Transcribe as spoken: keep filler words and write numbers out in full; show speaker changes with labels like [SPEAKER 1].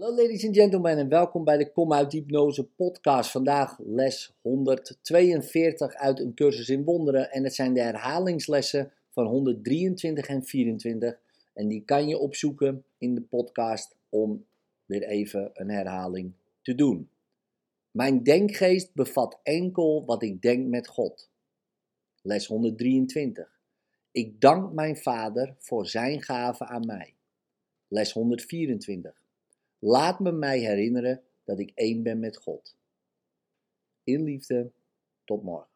[SPEAKER 1] Hallo ladies and gentlemen en welkom bij de Kom uit Hypnose podcast. Vandaag les honderdtweeënveertig uit een cursus in wonderen en het zijn de herhalingslessen van honderddrieëntwintig en vierentwintig. En die kan je opzoeken in de podcast om weer even een herhaling te doen. Mijn denkgeest bevat enkel wat ik denk met God. Les honderddrieëntwintig. Ik dank mijn Vader voor zijn gave aan mij. Les honderdvierentwintig. Laat me mij herinneren dat ik één ben met God. In liefde, tot morgen.